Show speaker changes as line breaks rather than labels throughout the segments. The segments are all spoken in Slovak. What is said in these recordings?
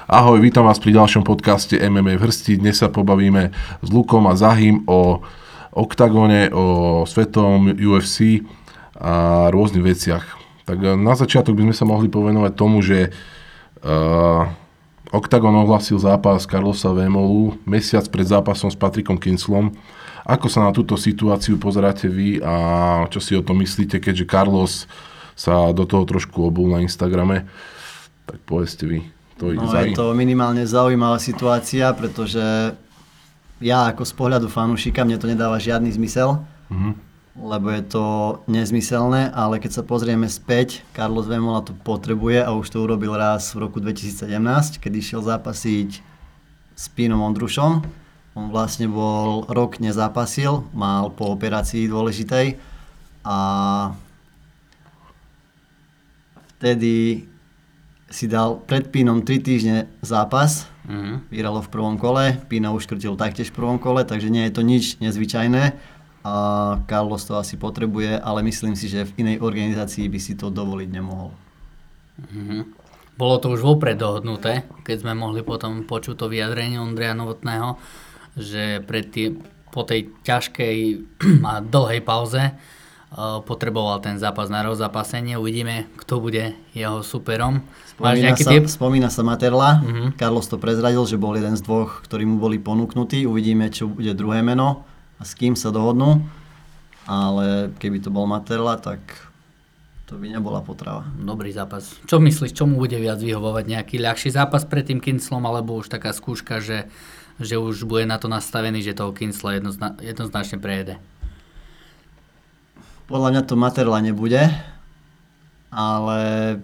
Ahoj, vítam vás pri ďalšom podcaste MMA v hrsti. Dnes sa pobavíme s Lukom a Zahým o oktagóne, o svetovom UFC a rôznych veciach. Tak na začiatok by sme sa mohli povenovať tomu, že Oktagon ohlásil zápas Carlosa Vémolu mesiac pred zápasom s Patrickom Kinslom. Ako sa na túto situáciu pozeráte vy a čo si o tom myslíte, keďže Carlos sa do toho trošku obul na Instagrame? Tak povedzte vy.
Je to minimálne zaujímavá situácia, pretože ja ako z pohľadu fanúšika mne to nedáva žiadny zmysel, lebo je to nezmyselné, ale keď sa pozrieme späť, Carlos Vémola to potrebuje a už to urobil raz v roku 2017, keď išiel zápasiť s Pinom Ondrušom. On vlastne bol rok nezápasil, mal po operácii dôležitej a vtedy si dal pred Pínom 3 týždne zápas, vyhralo v prvom kole, Pína uškrtil taktiež v prvom kole, takže nie je to nič nezvyčajné a Carlos to asi potrebuje, ale myslím si, že v inej organizácii by si to dovoliť nemohol.
Bolo to už vopred dohodnuté, keď sme mohli potom počuť to vyjadrenie Ondreja Novotného, že po tej ťažkej a dlhej pauze potreboval ten zápas na rozzápasenie. Uvidíme, kto bude jeho superom.
Spomína sa Materla. Carlos to prezradil, že bol jeden z dvoch, ktorí mu boli ponúknutí. Uvidíme, čo bude druhé meno a s kým sa dohodnú. Ale keby to bol Materla, tak to by nebola potrava.
Dobrý zápas. Čo myslíš, čomu bude viac vyhovovať? Nejaký ľahší zápas pred tým Kinslom, alebo už taká skúška, že už bude na to nastavený, že toho Kinsla jednoznačne prejede?
Podľa mňa to Materla nebude, ale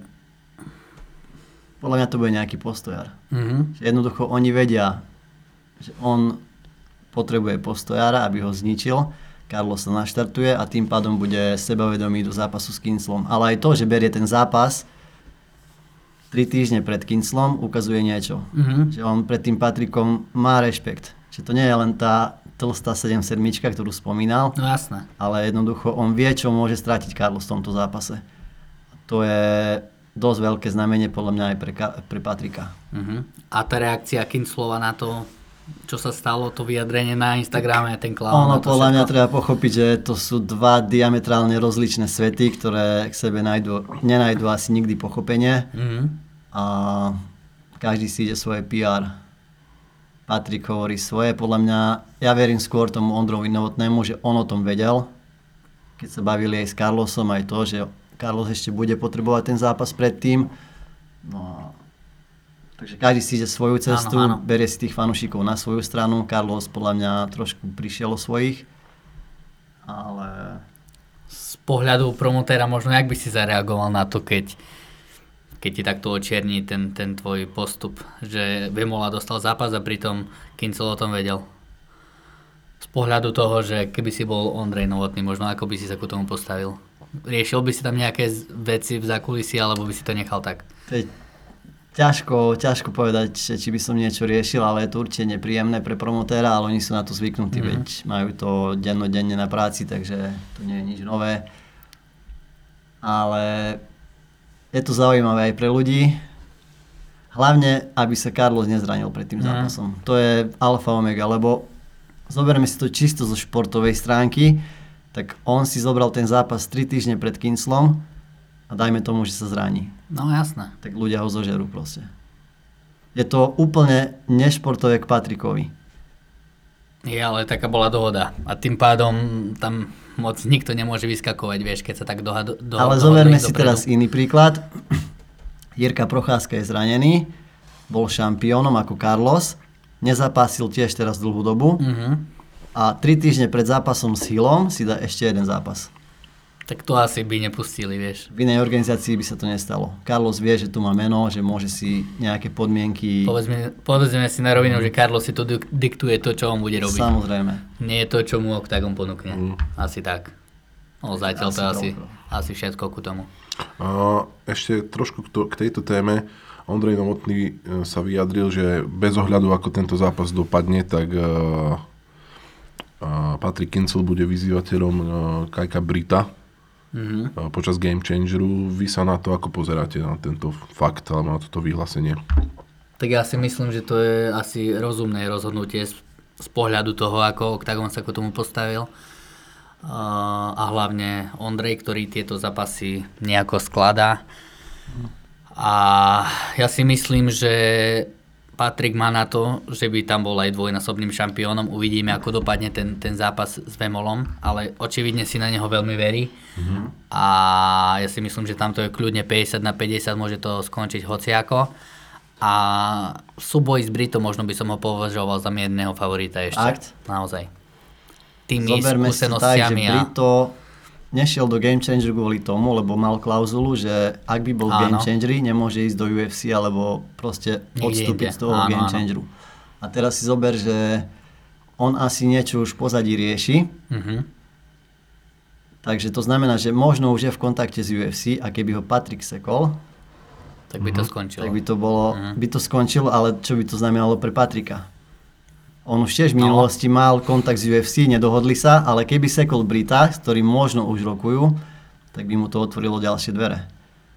podľa mňa to bude nejaký postojar. Jednoducho oni vedia, že on potrebuje postojára, aby ho zničil. Carlos sa naštartuje a tým pádom bude sebavedomý do zápasu s Kinslom. Ale aj to, že berie ten zápas 3 týždne pred Kinslom, ukazuje niečo. Že on pred tým Patrickom má rešpekt. Že to nie je len tá tlstá 7-7, ktorú spomínal.
No jasné.
Ale jednoducho on vie, čo môže strátiť Carlos v tomto zápase. To je dosť veľké znamenie podľa mňa aj pre Patricka.
A tá reakcia Kinslova na to, čo sa stalo, to vyjadrenie na Instagrame, ten klaun.
Ono podľa mňa treba pochopiť, že to sú dva diametrálne rozličné svety, ktoré k sebe nenájdu asi nikdy pochopenie. A každý si ide svoje PR. Patrick hovorí svoje. Podľa mňa, ja verím skôr tomu Ondrovi Novotnému, že on o tom vedel. Keď sa bavili aj s Carlosom, aj to, že Carlos ešte bude potrebovať ten zápas predtým. No, takže každý si ide svoju cestu, áno. Berie si tých fanúšikov na svoju stranu. Carlos podľa mňa trošku prišiel o svojich. Ale
z pohľadu promotéra možno, jak by si zareagoval na to, keď ti takto očierní ten tvoj postup, že Vémola dostal zápas a pritom Kincel o tom vedel. Z pohľadu toho, že keby si bol Ondrej Novotný, možno ako by si sa ku tomu postavil? Riešil by si tam nejaké veci v zákulisí, alebo by si to nechal tak?
To je ťažko povedať, či by som niečo riešil, ale je to určite nepríjemné pre promotéra, ale oni sú na to zvyknutí, veď majú to dennodenne na práci, takže to nie je nič nové. Ale je to zaujímavé aj pre ľudí. Hlavne, aby sa Carlos nezranil pred tým zápasom. To je alfa omega, lebo zoberme si to čisto zo športovej stránky, tak on si zobral ten zápas 3 týždne pred Kinslom a dajme tomu, že sa zraní.
No jasné.
Tak ľudia ho zožerú proste. Je to úplne nešportové k Patrickovi.
Je, ale taká bola dohoda. A tým pádom tam moc nikto nemôže vyskakovať, vieš, keď sa tak dohodli.
Ale zoberme si teraz iný príklad. Jirka Procházka je zranený, bol šampiónom ako Carlos, nezapásil tiež teraz dlhú dobu a 3 týždne pred zápasom s Hillom si dá ešte jeden zápas.
Tak to asi by nepustili, vieš.
V inej organizácii by sa to nestalo. Carlos vie, že tu má meno, že môže si nejaké podmienky...
Povedzme si na rovinu, že Carlos si to diktuje to, čo on bude robiť.
Samozrejme.
Nie je to, čo mu Oktagon ponúkne. Asi tak. No zatiaľ to asi všetko ku tomu.
Ešte trošku k tejto téme. Ondrej Novotný sa vyjadril, že bez ohľadu, ako tento zápas dopadne, tak Patrick Kincel bude vyzývateľom Kajka Brita počas Game Changeru. Vy sa na to ako pozeráte, na tento fakt alebo na toto vyhlásenie?
To Tak ja si myslím, že to je asi rozumné rozhodnutie z pohľadu toho, ako Oktagon sa k tomu postavil. A hlavne Ondrej, ktorý tieto zápasy nejako skladá. A ja si myslím, že Patrik má na to, že by tam bol aj dvojnásobným šampiónom. Uvidíme, ako dopadne ten zápas s Vemolom, ale očividne si na neho veľmi verí. A ja si myslím, že tamto je kľudne 50-50, môže to skončiť hociako. A v súboji s Britom možno by som ho považoval za mierneho favorita ešte.
Akt?
Naozaj. Tými
Zoberme si tak, že
skúsenostiami
Brito nešiel do Game Changer kvôli tomu, lebo mal klauzulu, že ak by bol Game Changeri, nemôže ísť do UFC alebo proste odstúpiť z toho Game Changeru. A teraz si zober, že on asi niečo už v pozadí rieši. Takže to znamená, že možno už je v kontakte s UFC a keby ho Patrik sekol,
tak by to skončilo.
Tak by to bolo, by to skončilo, ale čo by to znamenalo pre Patrika? On už tiež v minulosti mal kontakt s UFC, nedohodli sa, ale keby sekol Brita, s ktorým možno už rokujú, tak by mu to otvorilo ďalšie dvere.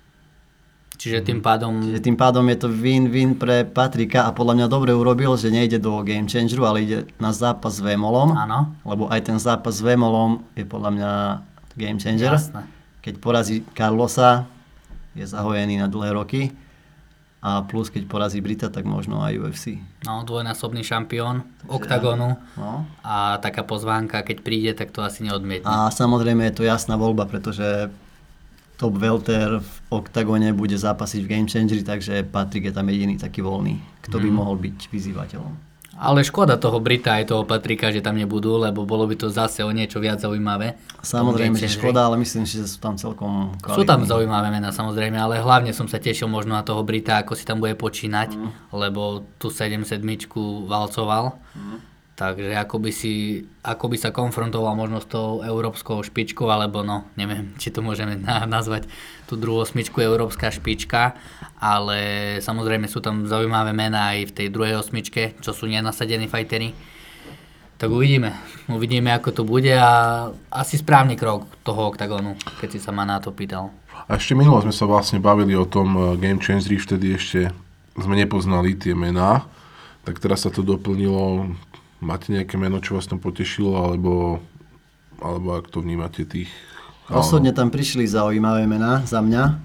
Čiže tým pádom
je to win-win pre Patrika a podľa mňa dobre urobil, že nejde do Game Changeru, ale ide na zápas s Vemolom.
Áno.
Lebo aj ten zápas s Vemolom je podľa mňa Game Changer.
Jasné.
Keď porazí Carlosa, je zahojený na dlhé roky. A plus, keď porazí Brita, tak možno aj UFC.
No, dvojnásobný šampión Oktagonu.
No.
A taká pozvánka, keď príde, tak to asi neodmietne.
A samozrejme je to jasná voľba, pretože top welter v Oktagone bude zápasiť v Game Changeri, takže Patrik je tam jediný taký voľný, kto by mohol byť vyzývateľom.
Ale škoda toho Brita aj toho Patrika, že tam nebudú, lebo bolo by to zase o niečo viac zaujímavé.
Samozrejme, že škoda, ale myslím, že sú tam celkom kvalitní.
Sú tam zaujímavé mená, samozrejme, ale hlavne som sa tešil možno na toho Brita, ako si tam bude počínať, lebo tu 7-7 valcoval. Takže ako by sa konfrontoval možno s tou európskou špičkou, alebo no, neviem, či to môžeme nazvať tú druhú osmičku európska špička, ale samozrejme sú tam zaujímavé mená aj v tej druhej osmičke, čo sú nenasadení fighteri. Tak uvidíme, ako to bude a asi správny krok toho Oktagonu, keď si sa ma na to pýtal.
A ešte minulo sme sa vlastne bavili o tom Game Changeri, vtedy ešte sme nepoznali tie mená, tak teraz sa to doplnilo. Máte nejaké meno, čo vás tam potešilo, alebo ak to vnímate tých...
Osobne tam prišli zaujímavé mená za mňa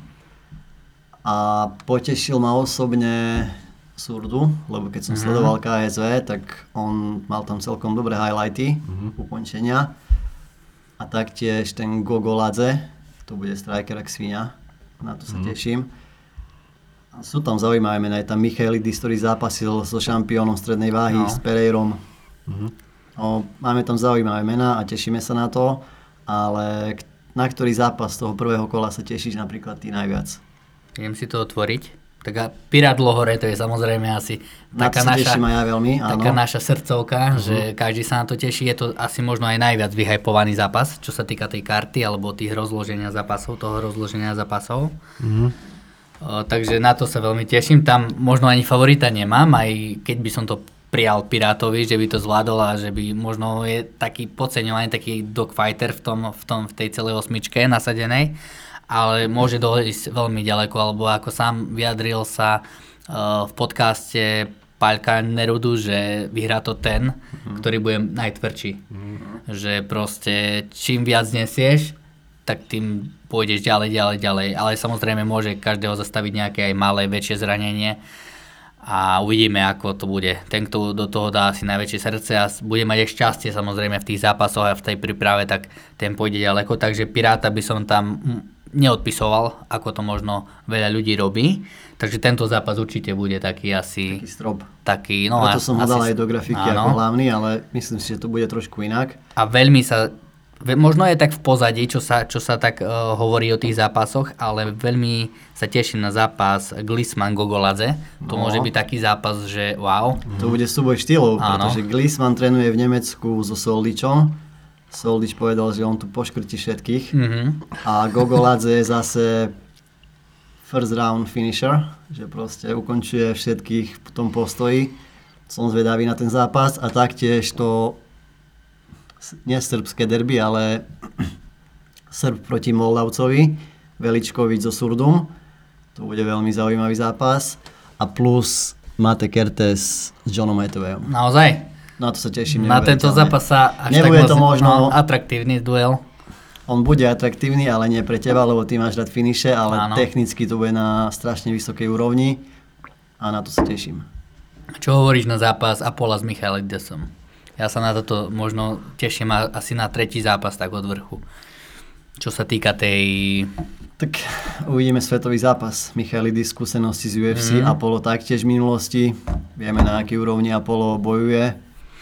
a potešil ma osobne Surdu, lebo keď som sledoval KSV, tak on mal tam celkom dobré highlighty, ukončenia. A taktiež ten Gogoladze, to bude striker ak svinia, na to sa teším. A sú tam zaujímavé mená, je tam Michailidis, ktorý zápasil so šampiónom strednej váhy, s Pereirom. No, máme tam zaujímavé mená a tešíme sa na to, ale na ktorý zápas z toho prvého kola sa tešíš napríklad ty najviac?
Idem si to otvoriť. Tak Pirát Lohore, to je samozrejme asi taká naša srdcovka, že každý sa na to teší. Je to asi možno aj najviac vyhypovaný zápas, čo sa týka tej karty alebo tých rozloženia zápasov, Takže na to sa veľmi teším. Tam možno ani favorita nemám, aj keď by som to prijal Pirátovi, že by to zvládol a že by možno je taký podceňovaný, taký dogfighter v tej celej osmičke nasadenej, ale môže dojsť veľmi ďaleko, alebo ako sám vyjadril sa v podcaste Paľka Nerudu, že vyhrá to ten, ktorý bude najtvrdší. Že proste čím viac nesieš, tak tým pôjdeš ďalej. Ale samozrejme môže každého zastaviť nejaké aj malé, väčšie zranenie. A uvidíme, ako to bude. Ten, kto do toho dá asi najväčšie srdce a bude mať aj šťastie samozrejme v tých zápasoch a v tej príprave, tak ten pôjde ďaleko. Takže Piráta by som tam neodpisoval, ako to možno veľa ľudí robí. Takže tento zápas určite bude taký asi... Taký
strop.
Preto
som ho dal aj do grafiky ako hlavný, ale myslím si, že to bude trošku inak.
A veľmi sa... Možno je tak v pozadí, čo sa tak hovorí o tých zápasoch, ale veľmi sa teším na zápas Glissman-Gogoladze. To môže byť taký zápas, že wow.
To bude súboj štýlov, pretože Glissman trénuje v Nemecku so Soldičom. Soldič povedal, že on tu poškrti všetkých. A Gogoladze je zase first round finisher, že proste ukončuje všetkých v tom postoji. Som zvedavý na ten zápas a taktiež to nie srbské derby, ale Srb proti Moldavcovi, Veličkovič so Surdum. To bude veľmi zaujímavý zápas. A plus Mate Kertész s Johnom Hathawayom.
Naozaj?
Na to sa teším.
Na tento zápas sa až
nebude
tak
to možno
atraktívny duel.
On bude atraktívny, ale nie pre teba, lebo ty máš rád finiše, ale
Áno.
technicky to bude na strašne vysokej úrovni a na to sa teším.
Čo hovoríš na zápas Apola s Michailidesom? Ja sa na toto možno teším asi na tretí zápas tak od vrchu. Čo sa týka tej...
Tak uvidíme svetový zápas. Michailidis skúsenosti z UFC, Apollo taktiež v minulosti. Vieme, na akej úrovni Apollo bojuje.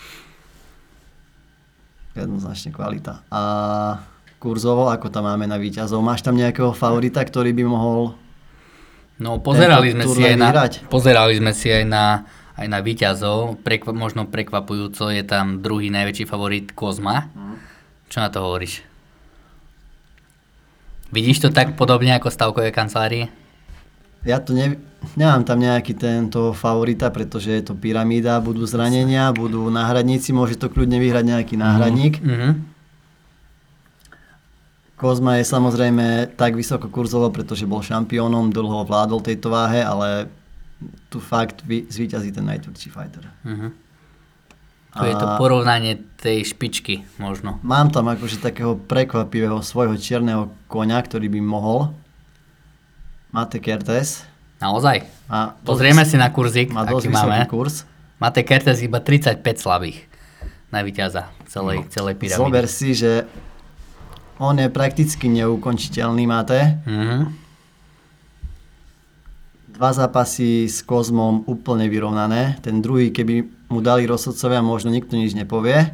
Jednoznačne kvalita. A kurzovo, ako tam máme na víťazov? Máš tam nejakého favorita, ktorý by mohol...
No, pozerali sme si aj na víťazov. Možno prekvapujúco je tam druhý najväčší favorit Kozma. Čo na to hovoríš? Vidíš to tak podobne ako stavkové kancelárie?
Ja to nemám tam nejaký tento favorita, pretože je to pyramída, budú zranenia, budú náhradníci, môže to kľudne vyhrať nejaký náhradník. Kozma je samozrejme tak vysoko kurzovo, pretože bol šampiónom, dlho vládol tejto váhe, ale tu fakt zvíťazí ten najtvrdší fighter.
To je to porovnanie tej špičky možno.
Mám tam akože takého prekvapivého svojho čierneho koňa, ktorý by mohol. Mate Kertész.
Naozaj? Pozrieme si na kurzík,
má dosť
aký máme.
kurz.
Mate Kertész iba 35 slabých na víťaza celej pyramídy.
Zober si, že on je prakticky neukončiteľný, Mate. 2 zápasy s Kozmom úplne vyrovnané. Ten druhý, keby mu dali rozhodcovia, možno nikto nič nepovie.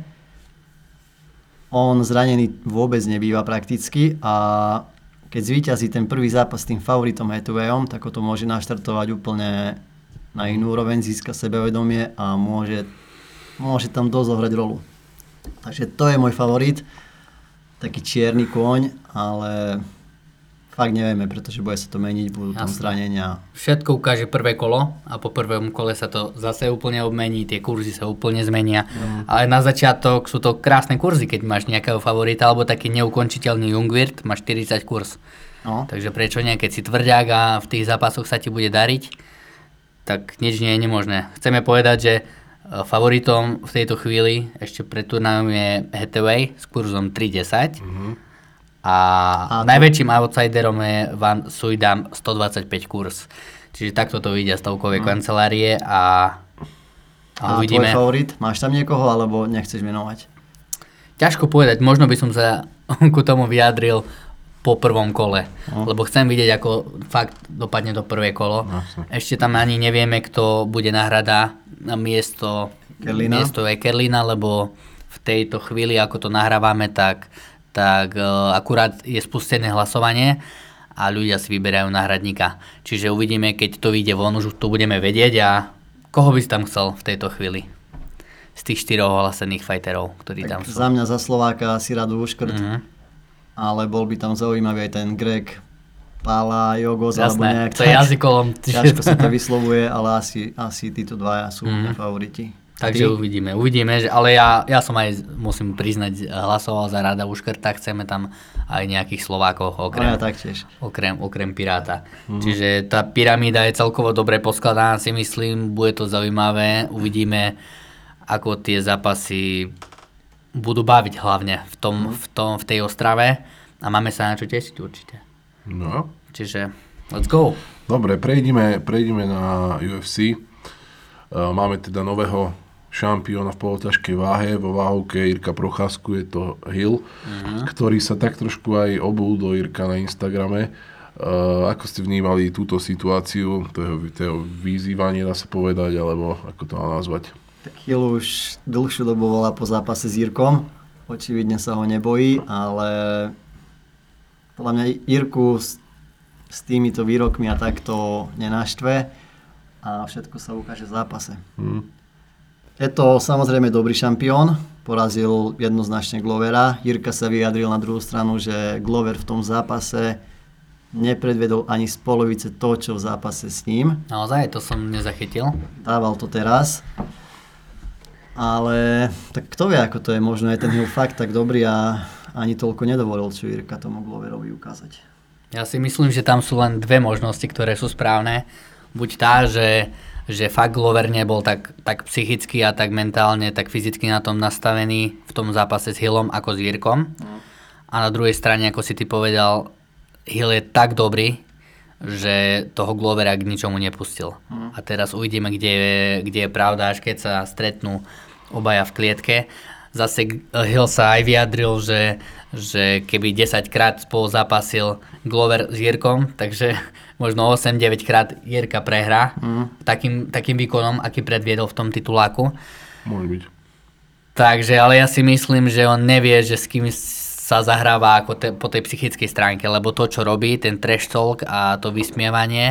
On zranený vôbec nebýva prakticky a keď zvíťazí ten prvý zápas s tým favoritom Hathawayom, tak ho to môže naštartovať úplne na inú úroveň, získa sebevedomie a môže tam dozohrať rolu. Takže to je môj favorit. Taký čierny kôň, ale fakt nevieme, pretože bude sa to meniť, budú tam zranenia.
Všetko ukáže prvé kolo a po prvom kole sa to zase úplne obmení, tie kurzy sa úplne zmenia. Ale na začiatok sú to krásne kurzy, keď máš nejakého favorita, alebo taký neukončiteľný Jungwirth, máš 40 kurz.
No.
Takže prečo nie, keď si tvrdák a v tých zápasoch sa ti bude dariť, tak nič nie je nemožné. Chceme povedať, že favoritom v tejto chvíli ešte pred turnajom je Hathaway s kurzom 3.10 a najväčším outsiderom je Van Suidam 125 kurz. Čiže takto to vidia stavkové kancelárie a uvidíme.
A tvoj favorit? Máš tam niekoho alebo nechceš menovať?
Ťažko povedať, možno by som sa ku tomu vyjadril po prvom kole, lebo chcem vidieť, ako fakt dopadne to prvé kolo. Ešte tam ani nevieme, kto bude náhrada na miesto Ekerlina, lebo v tejto chvíli, ako to nahrávame, tak akurát je spustené hlasovanie a ľudia si vyberajú náhradníka. Čiže uvidíme, keď to vyjde von, už to budeme vedieť a koho by si tam chcel v tejto chvíli z tých 4 ohlasených fighterov, ktorí tak tam sú.
Za mňa, za Slováka asi Radu Uškrt. Ale bol by tam zaujímavý aj ten Greg Palaiogos, alebo nejak
to je jazykolom.
Ťažko sa to vyslovuje, ale asi títo dvaja sú favoriti.
Takže uvidíme, ale ja som aj, musím priznať, hlasoval za Rada Uškrta, chceme tam aj nejakých Slovákov okrem Piráta. Čiže tá pyramída je celkovo dobre poskladaná, si myslím, bude to zaujímavé, uvidíme, ako tie zápasy budú baviť hlavne v tej Ostrave a máme sa na čo tešiť určite.
No.
Čiže let's go.
Dobre, prejdime na UFC. Máme teda nového šampióna v poloťažkej váhe, vo váhovke Jirka Procházku, je to Hill, ktorý sa tak trošku aj obul do Jirka na Instagrame. Ako ste vnímali túto situáciu, to vyzývanie, dá sa povedať, alebo ako to má nazvať?
Tak Hill už dlhšiu dobu volá po zápase s Jirkom. Očividne sa ho nebojí, ale podľa mňa Jirku s týmito výrokmi a takto nenaštve a všetko sa ukáže v zápase. Je to samozrejme dobrý šampión, porazil jednoznačne Glovera. Jirka sa vyjadril na druhú stranu, že Glover v tom zápase nepredvedol ani z polovice to, čo v zápase s ním.
Naozaj, to som nezachytil.
Dával to teraz. Ale tak kto vie, ako to je, možno je ten Hill fakt tak dobrý a ani toľko nedovolil, čo Jirka tomu Gloverovi ukázať.
Ja si myslím, že tam sú len dve možnosti, ktoré sú správne. Buď tá, že že fakt Glover nebol tak psychicky a tak mentálne, tak fyzicky na tom nastavený v tom zápase s Hillom ako s Jirkom. A na druhej strane, ako si ty povedal, Hill je tak dobrý, že toho Glovera k ničomu nepustil. A teraz uvidíme, kde je pravda, až keď sa stretnú obaja v klietke. Zase Hill sa aj vyjadril, že keby 10 krát spolu zápasil Glover s Jirkom, takže možno 8-9 krát Jirka prehrá takým výkonom, aký predviedol v tom tituláku.
Môže byť.
Takže, ale ja si myslím, že on nevie, že s kým sa zahráva ako po tej psychickej stránke, lebo to, čo robí, ten trash talk a to vysmievanie,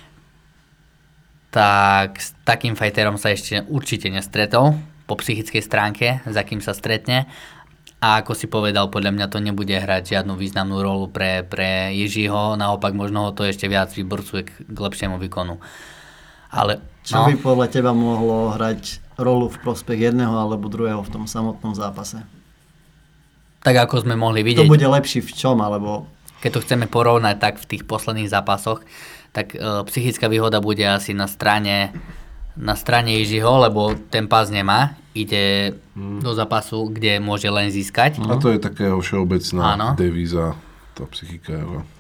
tak s takým fajterom sa ešte určite nestretol po psychickej stránke, za kým sa stretne. A ako si povedal, podľa mňa to nebude hrať žiadnu významnú rolu pre Jiřího, naopak možno ho to ešte viac vyburcuje k lepšiemu výkonu. Ale,
Čo by podľa teba mohlo hrať rolu v prospech jedného alebo druhého v tom samotnom zápase?
Tak ako sme mohli vidieť.
To bude lepší v čom, alebo...
Keď to chceme porovnať tak v tých posledných zápasoch, tak psychická výhoda bude asi na strane Jiřího, lebo ten pás nemá. Ide do zápasu, kde môže len získať.
A to je taká všeobecná devíza, tá psychika.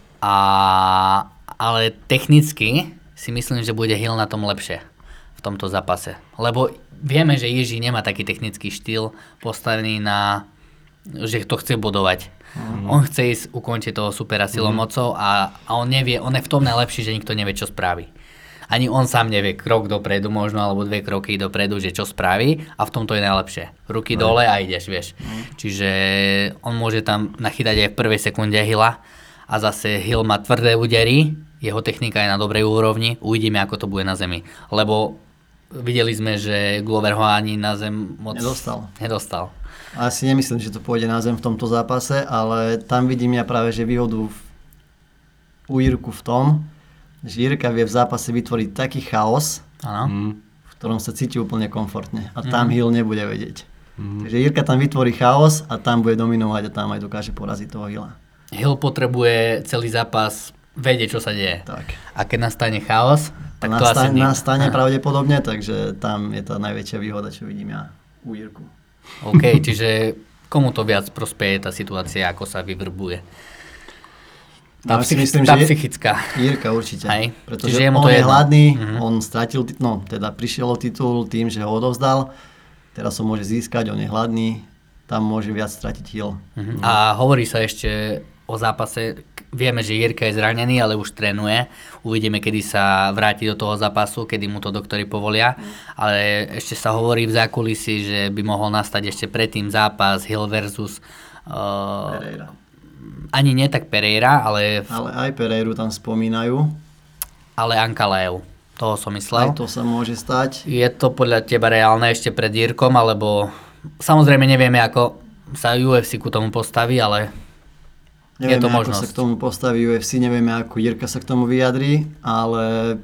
Ale technicky si myslím, že bude Hill na tom lepšie v tomto zápase. Lebo vieme, že Jiří nemá taký technický štýl postavený na... že to chce bodovať. On chce ísť ukončiť toho supera silou mocou a on nevie, on je v tom najlepší, že nikto nevie, čo spraví. Ani on sám nevie krok dopredu, možno alebo 2 kroky dopredu, že čo spraví a v tomto je najlepšie. Ruky dole a ideš, vieš. Čiže on môže tam nachytať aj v prvej sekunde Hilla a zase Hill má tvrdé údery, jeho technika je na dobrej úrovni, uvidíme, ako to bude na zemi. Lebo videli sme, že Glover ho ani na zem moc nedostal.
Asi nemyslím, že to pôjde na zem v tomto zápase, ale tam vidím ja práve, že výhodu u Jirku v tom, že Jirka vie v zápase vytvoriť taký chaos, v ktorom sa cíti úplne komfortne a tam Hill nebude vedieť. Takže Jirka tam vytvorí chaos a tam bude dominovať a tam aj dokáže poraziť toho Hilla.
Hill potrebuje celý zápas vedieť, čo sa deje.
Tak.
A keď nastane chaos, tak to asi
nastane pravdepodobne, takže tam je tá najväčšia výhoda, čo vidím ja u Jirku.
OK, čiže komu to viac prospeje tá situácia, ako sa vyvrbuje? Tá psychická.
Jirka určite.
Hej.
Pretože on je hladný, on stratil, teda prišiel o titul tým, že ho odovzdal, teraz ho môže získať, on je hladný, tam môže viac stratiť Hill.
A hovorí sa ešte o zápase, vieme, že Jirka je zranený, ale už trénuje. Uvidíme, kedy sa vráti do toho zápasu, kedy mu to doktori povolia. Ale ešte sa hovorí v zákulisí, že by mohol nastať ešte predtým zápas Hill versus
Pereira.
Ani nie tak Pereira, ale
aj Pereiru tam spomínajú.
Ale Ankalaev. Toho som myslel.
Aj to sa môže stať.
Je to podľa teba reálne ešte pred Jirkom, alebo samozrejme nevieme, ako sa UFC ku tomu postaví, ale
nevieme,
je to možnosť.
Ako sa k tomu postaví UFC, nevieme, ako Jirka sa k tomu vyjadrí, ale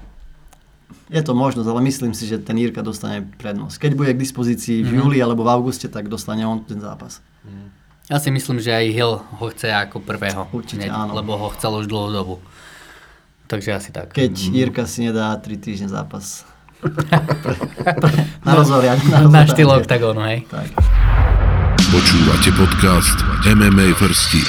je to možnosť, ale myslím si, že ten Jirka dostane prednosť. Keď bude k dispozícii v júli alebo v auguste, tak dostane on ten zápas.
Ja si myslím, že aj Hill ho chce ako prvého.
Určite áno.
Lebo ho chcel už dlhú dobu. Takže asi tak.
Keď Jirka si nedá 3 týždne zápas. Na rozhoriach.
Na štýl oktagónu, hej.
Tak.
Počúvate podcast MMA Vrsti.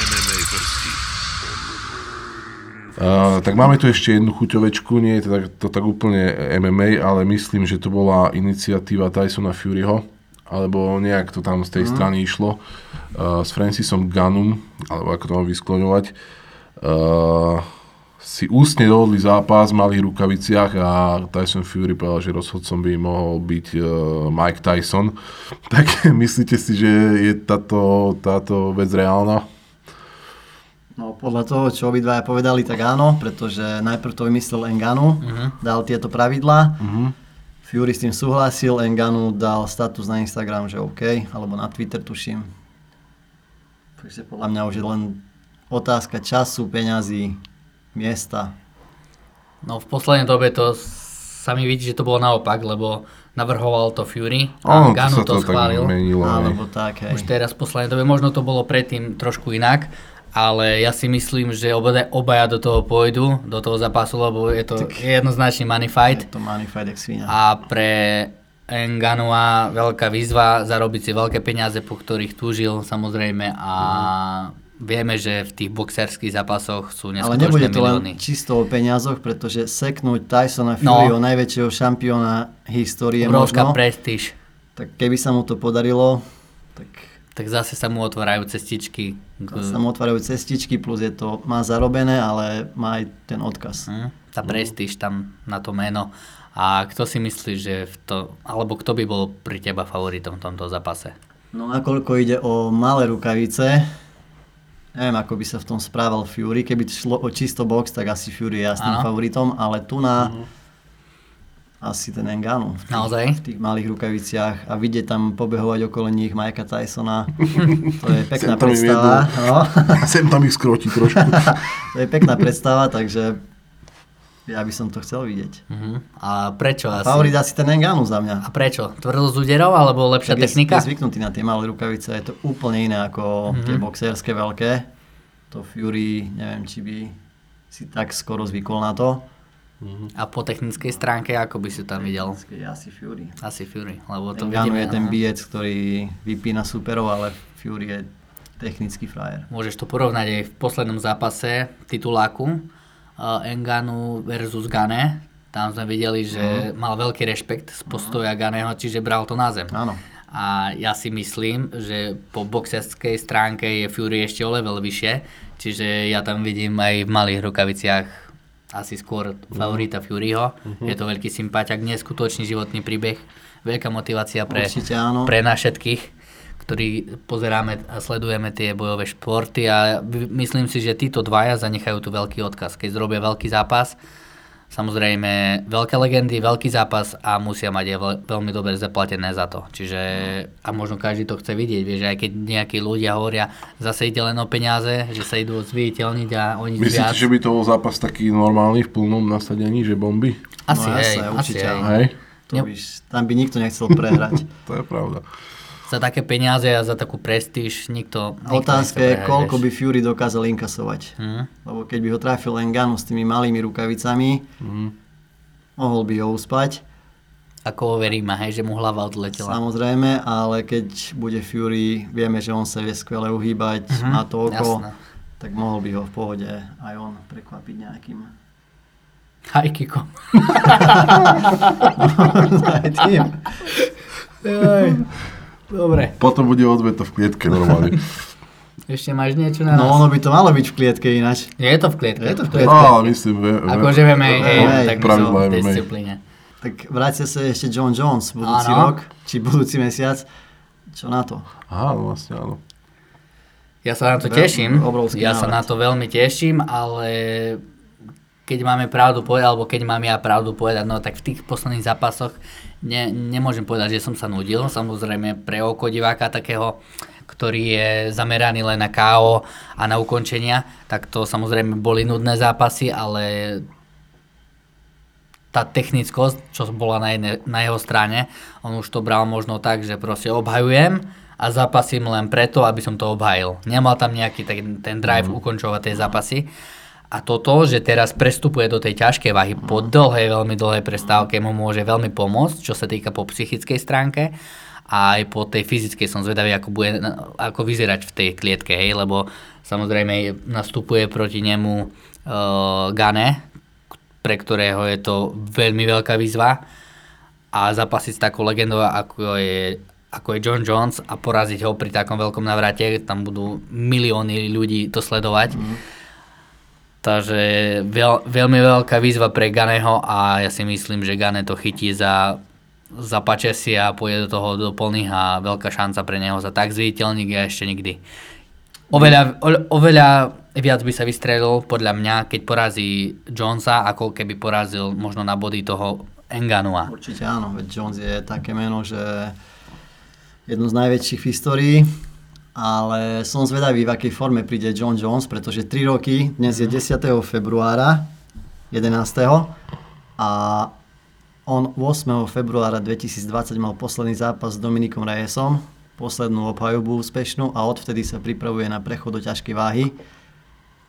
Tak máme tu ešte jednu chuťovečku, nie je to tak úplne MMA, ale myslím, že to bola iniciatíva Tysona Furyho, alebo nejak to tam z tej strany išlo, s Francisom Ngannou, alebo ako to mám vyskloňovať, si ústne dohodli zápas v malých rukaviciach a Tyson Fury povedal, že rozhodcom by mohol byť Mike Tyson. Tak myslíte si, že je táto vec reálna?
No podľa toho, čo obidvaja povedali, tak áno, pretože najprv to vymyslel Ngannou, dal tieto pravidlá. Fury s tým súhlasil, Ngannou dal status na Instagram, že OK, alebo na Twitter tuším. Takže podľa mňa už je len otázka času, peňazí, miesta.
No v poslednej dobe to sa mi vidí, že to bolo naopak, lebo navrhoval to Fury
Áno,
a Ngannou to schválil.
Menilo,
alebo tak, hej.
Už teraz v poslednej dobe, možno to bolo predtým trošku inak, ale ja si myslím, že obaja do toho pôjdu, do toho zápasu, lebo je to jednoznačný money fight.
Je to money fight, jak svinia.
A pre Ngannou'a veľká výzva, zarobiť si veľké peniaze, po ktorých túžil samozrejme a vieme, že v tých boxerských zápasoch sú neskutočné milióny.
Ale nebude to len čisto o peniazoch, pretože seknúť Tysona Furyho, najväčšieho šampióna histórie
obrovská
možno.
prestíž.
Tak keby sa mu to podarilo,
tak zase sa mu otvárajú cestičky.
Plus má zarobené, ale má aj ten odkaz.
Tá prestíž tam na to meno. A kto si myslí, že alebo kto by bol pri teba favoritom v tomto zápase?
No nakoľko ide o malé rukavice, neviem, ako by sa v tom správal Fury. Keby šlo o čisto box, tak asi Fury je jasným favoritom, ale tu asi ten Ngannou v tých malých rukaviciach a vidieť tam pobehovať okolo nich Mikea Tysona, to je pekná predstava.
Sem tam ich skrotí trošku.
To je pekná predstava, takže ja by som to chcel vidieť.
A prečo asi?
Favorit asi ten Ngannou za mňa.
A prečo? Tvrdosť úderov alebo lepšia technika?
Je zvyknutý na tie malé rukavice, je to úplne iné ako tie boxerské veľké. To Fury, neviem, či by si tak skoro zvykol na to.
A po technickej stránke, ako by si tam videl?
Asi Fury.
Asi Fury, lebo to
Ngannou
vidíme.
je ten bijec, ktorý vypína superov, ale Fury je technický frajer.
Môžeš to porovnať aj v poslednom zápase tituláku. Ngannou versus Gane. Tam sme videli, že mal veľký rešpekt z postoja Ganeho, čiže bral to na zem.
Áno.
A ja si myslím, že po boxerskej stránke je Fury ešte o level vyššie, čiže ja tam vidím aj v malých rukaviciach asi skôr favorita Furyho. Je to veľký sympatiak, neskutočný životný príbeh, veľká motivácia pre nás všetkých, ktorí pozeráme a sledujeme tie bojové športy a myslím si, že títo dvaja zanechajú tu veľký odkaz. Keď zrobia veľký zápas, samozrejme veľké legendy, veľký zápas a musia mať aj veľmi dobre zaplatené za to. Čiže a možno každý to chce vidieť, vieš, aj keď nejakí ľudia hovoria, zase ide len o peniaze, že sa idú zviditeľniť a oni
myslíte, že by to bol zápas taký normálny v plnom nasadení, že bomby?
Asi
hej.
Tam by nikto nechcel prehrať.
To je pravda.
Za také peniaze a za takú prestíž nikto
otázka je, koľko by Fury dokázal inkasovať. Lebo keď by ho trafil Ngannou s tými malými rukavicami, mohol by ho uspať.
Ako overíme, hej, že mu hlava odletela.
Samozrejme, ale keď bude Fury, vieme, že on sa vie skvele uhýbať, má to oko, tak mohol by ho v pohode aj on prekvapiť nejakým
high kickom.
Aj tým.
Dobre.
Potom bude odveto v klietke normálne.
Ešte máš niečo na nás?
No ono by to malo byť v klietke ináč.
Je to v klietke.
Myslím.
Akože vieme, tak my som v disciplíne.
Tak vrácia sa ešte Jon Jones budúci rok, či budúci mesiac. Čo na to?
Aha, vlastne áno.
Ja sa na to teším.
Ja
sa na to veľmi teším, ale keď máme pravdu povedať, alebo keď mám ja pravdu povedať, no tak v tých posledných zápasoch nemôžem povedať, že som sa nudil. Samozrejme pre oko diváka takého, ktorý je zameraný len na KO a na ukončenia, tak to samozrejme boli nudné zápasy, ale tá technickosť, čo bola na jeho strane, on už to bral možno tak, že proste obhajujem a zápasím len preto, aby som to obhajil. Nemal tam nejaký ten drive ukončovať tie zápasy. A toto, že teraz prestupuje do tej ťažkej váhy po veľmi dlhej prestávke mu môže veľmi pomôcť, čo sa týka po psychickej stránke a aj po tej fyzickej som zvedavý, ako vyzerať v tej klietke, hej, lebo samozrejme nastupuje proti nemu Gane, pre ktorého je to veľmi veľká výzva a zápasiť s takou legendou, ako je Jon Jones a poraziť ho pri takom veľkom navrate, tam budú milióny ľudí to sledovať. Takže veľmi veľká výzva pre Ganeho a ja si myslím, že Gane to chytí za pačesy a pôjde do toho do plných a veľká šanca pre neho za tak zviditeľník a ešte nikdy. Oveľa viac by sa vystrelil podľa mňa, keď porazí Jonesa, ako keby porazil možno na body toho Ngannou'a.
Určite áno, veď Jones je také meno, že jedno z najväčších v histórii. Ale som zvedavý, v akej forme príde Jon Jones, pretože 3 roky, dnes je 10. februára, 11. a on 8. februára 2020 mal posledný zápas s Dominikom Reyesom, poslednú obhajobu úspešnú a odvtedy sa pripravuje na prechod do ťažkej váhy.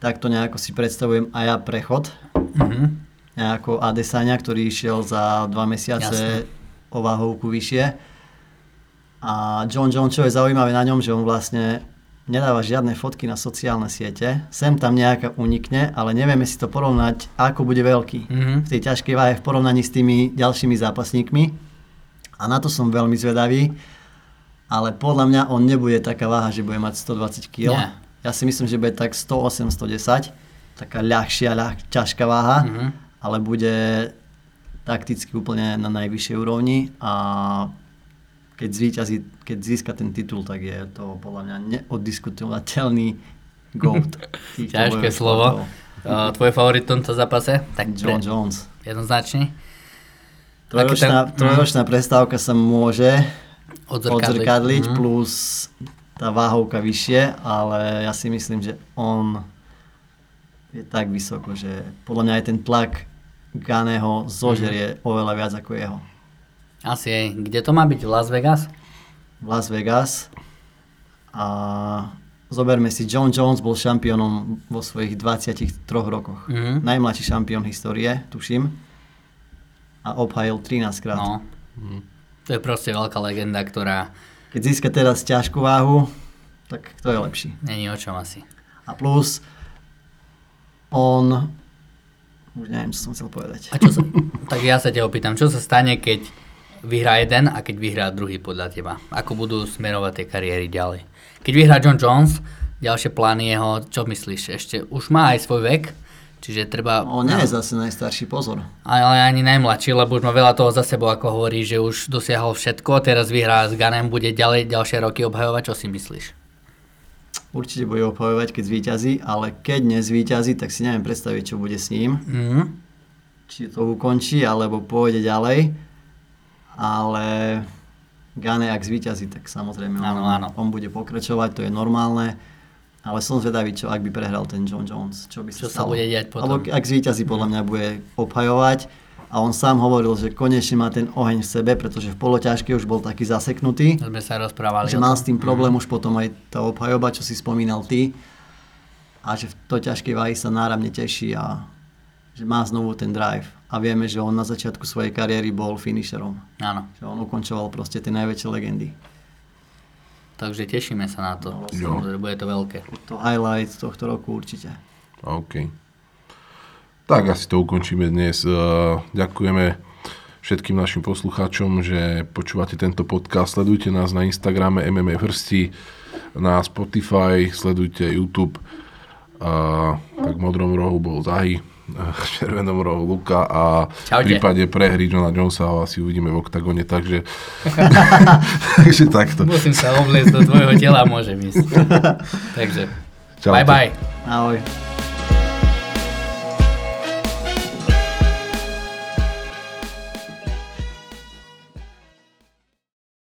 takto nejako si predstavujem aj ja prechod. Nejako Adesanya, ktorý išiel za 2 mesiace o váhovku vyššie. A John Jones, čo je zaujímavé na ňom, že on vlastne nedáva žiadne fotky na sociálne siete. Sem tam nejaká unikne, ale nevieme si to porovnať, ako bude veľký v tej ťažkej váhe v porovnaní s tými ďalšími zápasníkmi. A na to som veľmi zvedavý. Ale podľa mňa on nebude taká váha, že bude mať 120 kg. Ja si myslím, že bude tak 108-110. Taká ľahšia, ťažká váha. Ale bude takticky úplne na najvyššej úrovni a keď získa ten titul, tak je to podľa mňa neoddiskutovateľný GOAT.
Ťažké slovo. Tvoj favorit v tomto zápase? Tak
John Jones.
Jednoznačne.
Trojročná prestávka sa môže odzrkadliť plus tá váhovka vyššie, ale ja si myslím, že on je tak vysoko, že podľa mňa aj ten tlak Ganeho zožerie oveľa viac ako jeho.
Asi aj. Kde to má byť? Las Vegas?
Las Vegas. A zoberme si, John Jones bol šampiónom vo svojich 23 rokoch. Najmladší šampión histórie, tuším. A obhajil 13 krát.
No. To je proste veľká legenda, ktorá...
Keď získa teraz ťažkú váhu, tak kto je lepší?
Není o čom asi.
A plus on... Už neviem, čo som chcel povedať.
Tak ja sa ťa opýtam, čo sa stane, keď vyhrá jeden a keď vyhrá druhý podľa teba? Ako budú smerovať tie kariéry ďalej? Keď vyhrá John Jones, ďalšie plány jeho, čo myslíš? Ešte už má aj svoj vek, čiže treba...
On nie je zase najstarší, pozor.
Ale ani najmladší, lebo už má veľa toho za sebou, ako hovorí, že už dosiahol všetko, teraz vyhrá s Ganem, bude ďalej ďalšie roky obhajovať, čo si myslíš?
Určite bude obhajovať, keď zvíťazí, ale keď nezvíťazí, tak si neviem predstaviť, čo bude s ním. Či to ukončí, alebo pôjde ďalej. Ale Gane, ak zvíťazí, tak samozrejme on bude pokračovať, to je normálne. Ale som zvedavý, čo ak by prehral ten John Jones. Čo by
sa bude diať potom?
Alebo ak zvíťazí, podľa mňa bude obhajovať. A on sám hovoril, že konečne má ten oheň v sebe, pretože v poloťažke už bol taký zaseknutý.
Sme sa rozprávali
že mal s tým problém už potom aj tá obhajoba, čo si spomínal ty. A že v to ťažkej váhy sa náramne teší a že má znovu ten drive. A vieme, že on na začiatku svojej kariéry bol finisherom.
Áno.
Že on ukončoval proste tie najväčšie legendy.
Takže tešíme sa na to. Samozrejme, bude to veľké.
To highlight tohto roku určite.
OK. Tak asi to ukončíme dnes. Ďakujeme všetkým našim poslucháčom, že počúvate tento podcast. Sledujte nás na Instagrame MMA Vrsti, na Spotify, sledujte YouTube. Tak v modrom rohu bol Zahy, v červenom rohu Luka a
Čaute.
V prípade prehry Johna Jonesa asi uvidíme v oktagone, takže takže takto.
Musím sa obliecť do tvojho tela, môžem ísť. Takže,
Čaute.
bye bye.
Ahoj.